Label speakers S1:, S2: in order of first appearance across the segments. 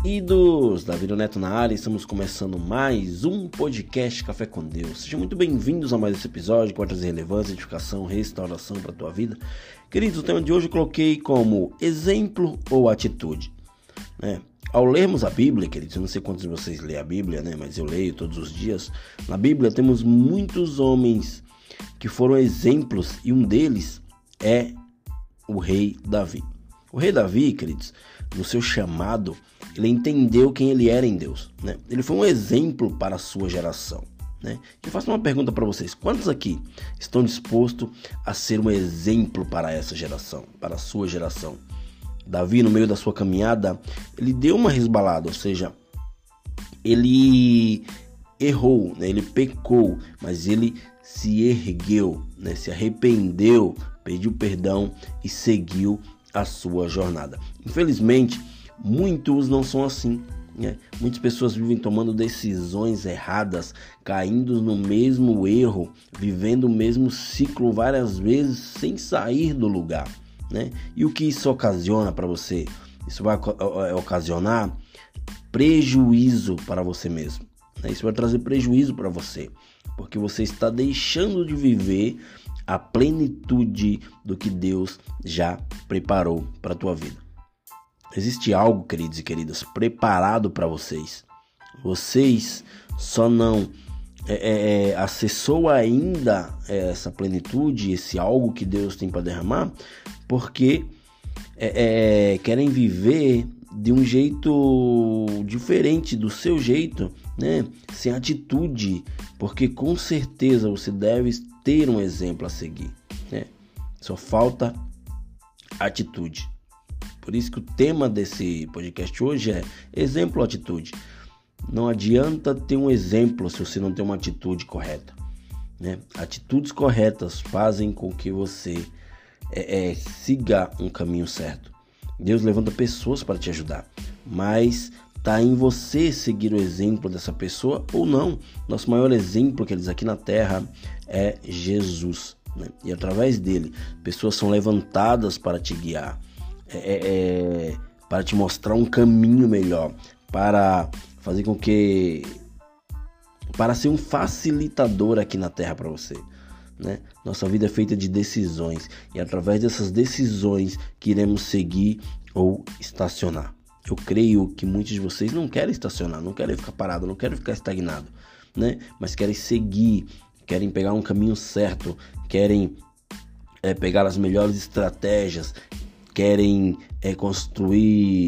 S1: Idos, Davi Neto na área, estamos começando mais um podcast Café com Deus. Sejam muito bem-vindos a mais esse episódio que vai trazer relevância, edificação, restauração para a tua vida. Queridos, o tema de hoje eu coloquei como exemplo ou atitude. Ao lermos a Bíblia, queridos, eu não sei quantos de vocês leem a Bíblia, mas eu leio todos os dias. Na Bíblia temos muitos homens que foram exemplos e um deles é o rei Davi. O rei Davi, queridos, no seu chamado, ele entendeu quem ele era em Deus, Ele foi um exemplo para a sua geração, Eu faço uma pergunta para vocês: quantos aqui estão dispostos a ser um exemplo para essa geração, para a sua geração? Davi, no meio da sua caminhada, ele deu uma resbalada, ou seja, ele errou, ele pecou, mas ele se ergueu, se arrependeu, pediu perdão e seguiu a sua jornada. Infelizmente, muitos não são assim, Muitas pessoas vivem tomando decisões erradas, caindo no mesmo erro, vivendo o mesmo ciclo várias vezes sem sair do lugar, E o que isso ocasiona para você? Isso vai ocasionar prejuízo para você mesmo, Isso vai trazer prejuízo para você, porque você está deixando de viver a plenitude do que Deus já preparou para a tua vida. Existe algo, queridos e queridas, preparado para vocês. Vocês só não acessou ainda essa plenitude, esse algo que Deus tem para derramar, porque querem viver de um jeito diferente do seu jeito, sem atitude, porque com certeza você deve ter um exemplo a seguir, Só falta atitude. Por isso que o tema desse podcast hoje é exemplo ou atitude. Não adianta ter um exemplo se você não tem uma atitude correta, Atitudes corretas fazem com que você siga um caminho certo. Deus levanta pessoas para te ajudar, mas está em você seguir o exemplo dessa pessoa ou não. Nosso maior exemplo, queridos, aqui na terra é Jesus, E através dele, pessoas são levantadas para te guiar, para te mostrar um caminho melhor, para fazer com que, para ser um facilitador aqui na terra para você, Nossa vida é feita de decisões e através dessas decisões que iremos seguir ou estacionar. Eu creio que muitos de vocês não querem estacionar, não querem ficar parado, não querem ficar estagnado, Mas querem seguir, querem pegar um caminho certo, querem pegar as melhores estratégias, querem construir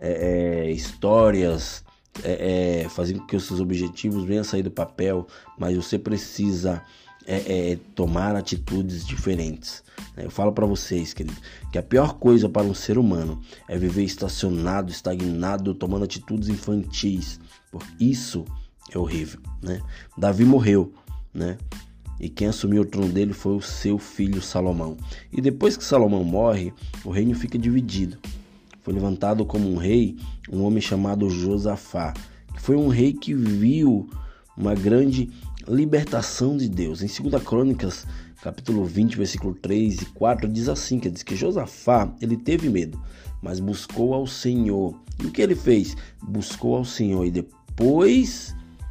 S1: histórias, fazer com que os seus objetivos venham a sair do papel, mas você precisa tomar atitudes diferentes. Eu falo para vocês, querido, que a pior coisa para um ser humano é viver estacionado, estagnado, tomando atitudes infantis. Isso é horrível, Davi morreu, E quem assumiu o trono dele foi o seu filho Salomão. E depois que Salomão morre, o reino fica dividido. Foi levantado como um rei, um homem chamado Josafá, que foi um rei que viu uma grande libertação de Deus. Em 2 Crônicas, capítulo 20, versículo 3 e 4, diz assim, que diz que Josafá, ele teve medo, mas buscou ao Senhor. E o que ele fez? Buscou ao Senhor e depois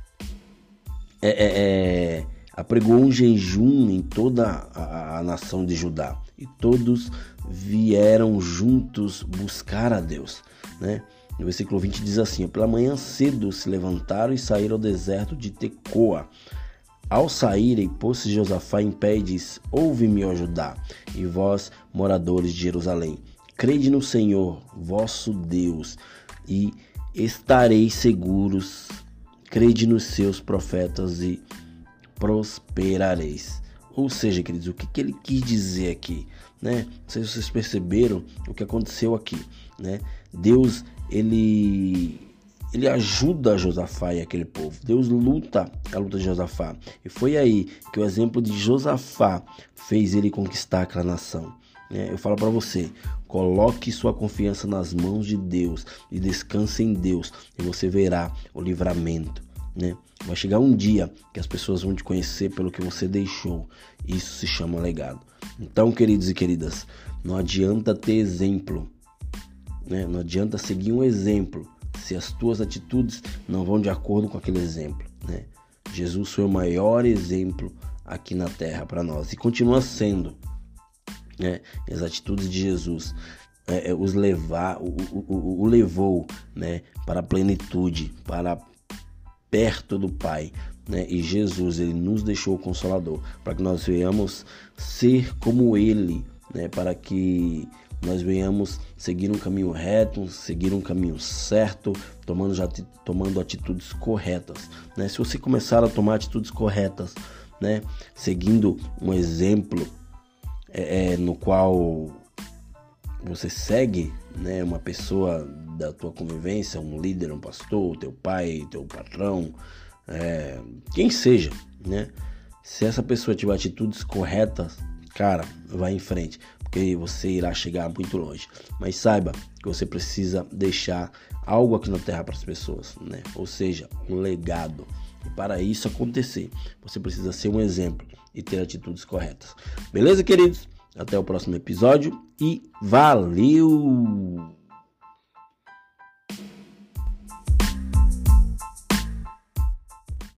S1: apregou um jejum em toda a nação de Judá. E todos vieram juntos buscar a Deus, No versículo 20 diz assim: pela manhã cedo se levantaram e saíram ao deserto de Tecoa. Ao saírem, pôs-se Josafá em pé e disse: ouve-me, ó Judá, e vós, moradores de Jerusalém. Crede no Senhor, vosso Deus, e estareis seguros. Crede nos seus profetas e prosperareis. Ou seja, queridos, o que ele quis dizer aqui, Não sei se vocês perceberam o que aconteceu aqui, Deus, ele ajuda Josafá e aquele povo. Deus luta a luta de Josafá. E foi aí que o exemplo de Josafá fez ele conquistar aquela nação. Eu falo para você, coloque sua confiança nas mãos de Deus e descanse em Deus e você verá o livramento. Vai chegar um dia que as pessoas vão te conhecer pelo que você deixou. Isso se chama legado. Então, queridos e queridas, não adianta ter exemplo, Não adianta seguir um exemplo se as tuas atitudes não vão de acordo com aquele exemplo, né? Jesus foi o maior exemplo aqui na terra para nós e continua sendo, né? As atitudes de Jesus o levou, né, para a plenitude, para perto do Pai, né? E Jesus, ele nos deixou o Consolador para que nós venhamos ser como Ele, né? Para que nós venhamos seguir um caminho reto, seguir um caminho certo, tomando atitudes corretas, né? Se você começar a tomar atitudes corretas, né, seguindo um exemplo no qual você segue, né, uma pessoa da tua convivência, um líder, um pastor, teu pai, teu patrão, quem seja, né? Se essa pessoa tiver atitudes corretas, cara, vai em frente, porque você irá chegar muito longe. Mas saiba que você precisa deixar algo aqui na terra para as pessoas, né? Ou seja, um legado. E para isso acontecer, você precisa ser um exemplo e ter atitudes corretas. Beleza, queridos? Até o próximo episódio e valeu!